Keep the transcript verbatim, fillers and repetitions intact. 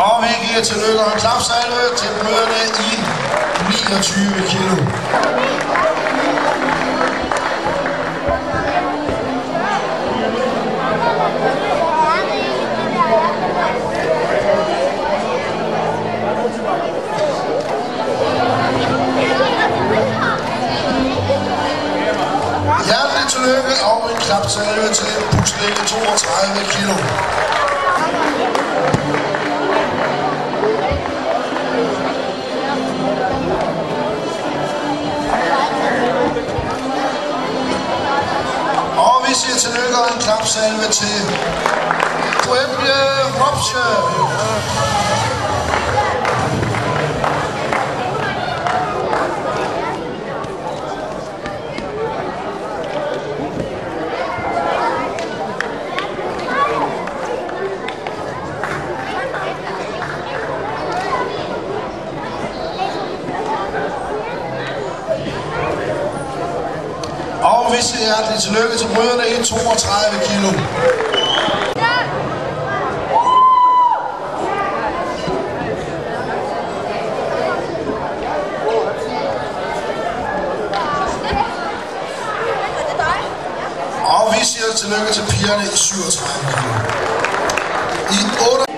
Og vi giver tillykke og en klapsalve til brødrene i niogtyve kilo. Hjertelig tillykke og en klapsalve til Puslinge toogtredive kilo. Og vi siger tillykke og en klapsalve til Webje Ropsje. Og vi siger hjerteligt tillykke til brødrene i toogtredive kilo. Og vi siger tillykke til pigerne i syvogtredive kilo. I otte